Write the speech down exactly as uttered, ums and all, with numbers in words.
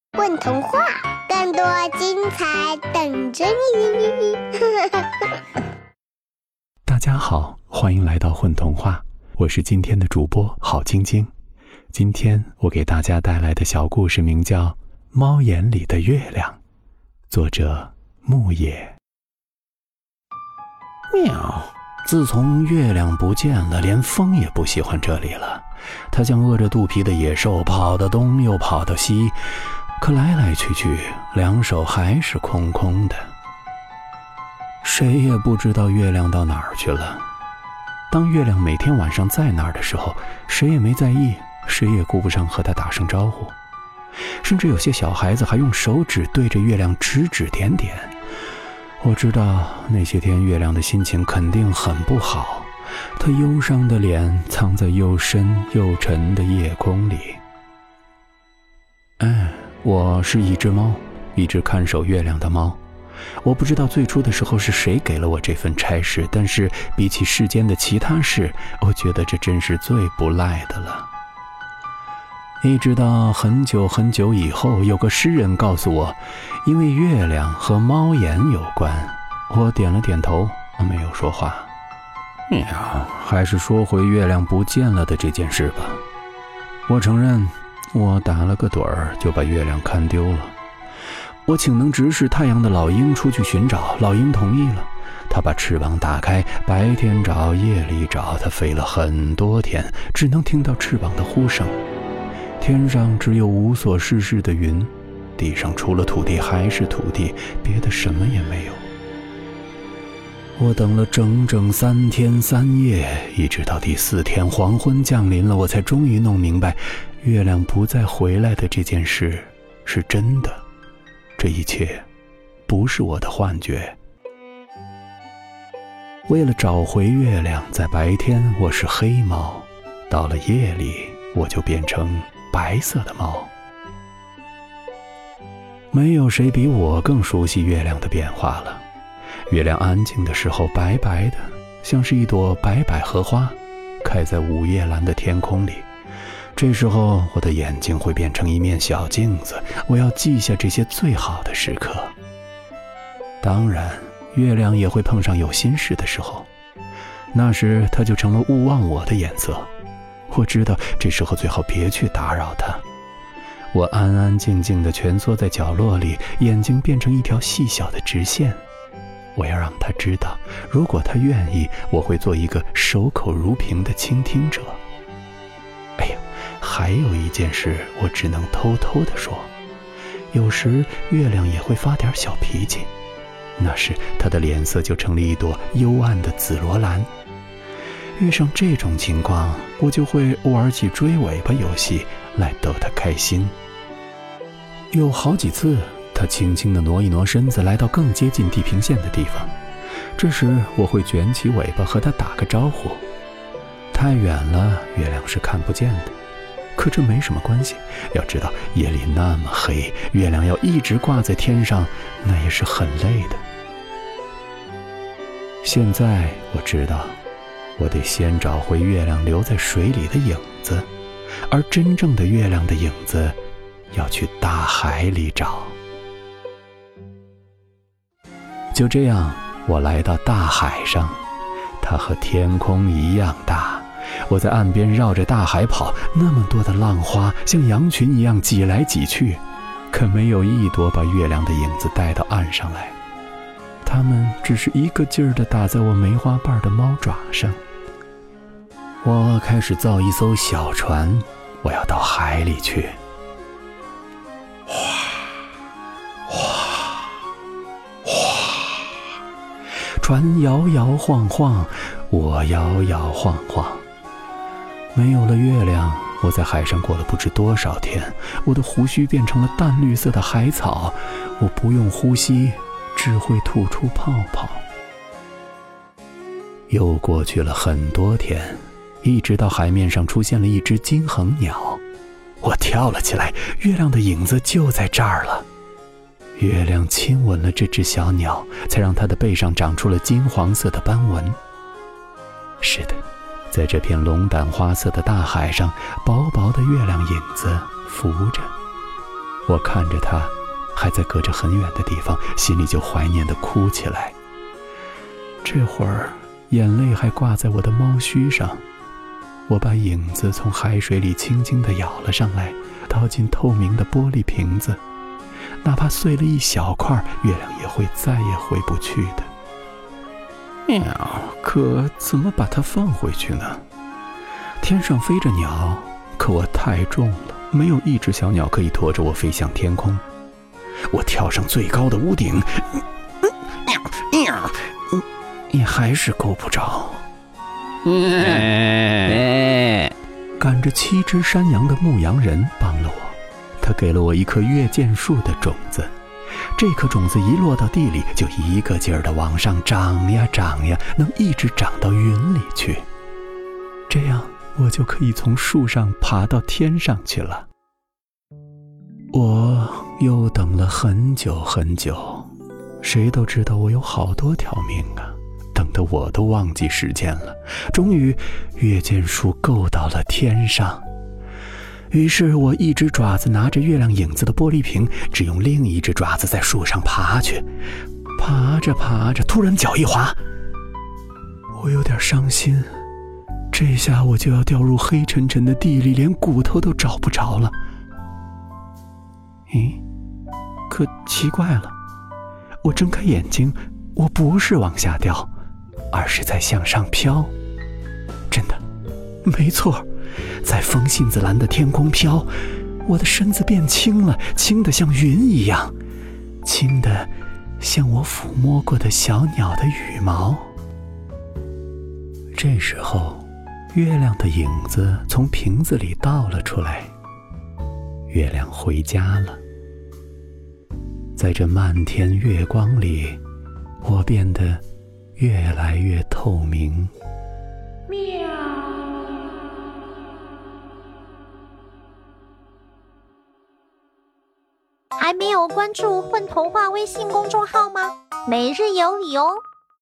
混童话，更多精彩等着你。 大家好，欢迎来到混童话，我是今天的主播郝晶晶。今天我给大家带来的小故事名叫《猫眼里的月亮》，作者牧野。喵！自从月亮不见了，连风也不喜欢这里了。它像饿着肚皮的野兽，跑到东又跑到西，可来来去去，两手还是空空的。谁也不知道月亮到哪儿去了。当月亮每天晚上在那儿的时候，谁也没在意，谁也顾不上和它打声招呼。甚至有些小孩子还用手指对着月亮指指点点。我知道那些天月亮的心情肯定很不好，它忧伤的脸藏在又深又沉的夜空里。哎，我是一只猫，一只看守月亮的猫。我不知道最初的时候是谁给了我这份差事，但是比起世间的其他事，我觉得这真是最不赖的了。一直到很久很久以后，有个诗人告诉我，因为月亮和猫眼有关。我点了点头，没有说话。喵，还是说回月亮不见了的这件事吧。我承认，我打了个盹儿就把月亮看丢了。我请能直视太阳的老鹰出去寻找，老鹰同意了。他把翅膀打开，白天找，夜里找，他飞了很多天，只能听到翅膀的呼声。天上只有无所事事的云，地上除了土地还是土地，别的什么也没有。我等了整整三天三夜，一直到第四天黄昏降临了，我才终于弄明白，月亮不再回来的这件事是真的。这一切不是我的幻觉。为了找回月亮，在白天我是黑猫，到了夜里我就变成白色的猫。没有谁比我更熟悉月亮的变化了。月亮安静的时候白白的，像是一朵白百合花，开在午夜蓝的天空里。这时候我的眼睛会变成一面小镜子，我要记下这些最好的时刻。当然，月亮也会碰上有心事的时候，那时它就成了勿忘我的颜色。我知道这时候最好别去打扰它。我安安静静地蜷缩在角落里，眼睛变成一条细小的直线。我要让他知道，如果他愿意，我会做一个守口如瓶的倾听者。哎呀，还有一件事我只能偷偷地说，有时月亮也会发点小脾气，那时他的脸色就成了一朵幽暗的紫罗兰。遇上这种情况，我就会玩起追尾巴游戏来逗他开心。有好几次他轻轻地挪一挪身子，来到更接近地平线的地方，这时我会卷起尾巴和他打个招呼。太远了，月亮是看不见的，可这没什么关系。要知道夜里那么黑，月亮要一直挂在天上，那也是很累的。现在我知道，我得先找回月亮留在水里的影子，而真正的月亮的影子要去大海里找。就这样，我来到大海上，它和天空一样大。我在岸边绕着大海跑，那么多的浪花像羊群一样挤来挤去，可没有一朵把月亮的影子带到岸上来。它们只是一个劲儿地打在我梅花瓣的猫爪上。我开始造一艘小船，我要到海里去。哗哗哗，船摇摇晃晃，我摇摇晃晃。没有了月亮，我在海上过了不知多少天，我的胡须变成了淡绿色的海草，我不用呼吸，只会吐出泡泡。又过去了很多天，一直到海面上出现了一只金衡鸟，我跳了起来，月亮的影子就在这儿了。月亮亲吻了这只小鸟，才让它的背上长出了金黄色的斑纹。是的，在这片龙胆花色的大海上，薄薄的月亮影子浮着。 我看着他还在隔着很远的地方，心里就怀念地哭起来。这会儿眼泪还挂在我的猫须上，我把影子从海水里轻轻地舀了上来，倒进透明的玻璃瓶子，哪怕碎了一小块，月亮也会再也回不去的。喵，可怎么把它放回去呢？天上飞着鸟，可我太重了，没有一只小鸟可以驮着我飞向天空。我跳上最高的屋顶，也还是够不着。赶着七只山羊的牧羊人帮了我，他给了我一棵月见树的种子。这颗种子一落到地里，就一个劲儿地往上长呀长呀，能一直长到云里去。这样我就可以从树上爬到天上去了。我又等了很久很久，谁都知道我有好多条命啊，等得我都忘记时间了。终于月见树够到了天上，于是我一只爪子拿着月亮影子的玻璃瓶，只用另一只爪子在树上爬去。爬着爬着，突然脚一滑，我有点伤心，这下我就要掉入黑沉沉的地里，连骨头都找不着了。咦，可奇怪了，我睁开眼睛，我不是往下掉，而是在向上飘。真的，没错，在风信子蓝的天空飘，我的身子变轻了，轻得像云一样，轻得像我抚摸过的小鸟的羽毛。这时候，月亮的影子从瓶子里倒了出来，月亮回家了。在这漫天月光里，我变得越来越透明。 还没有关注混童话微信公众号吗？每日有礼哦。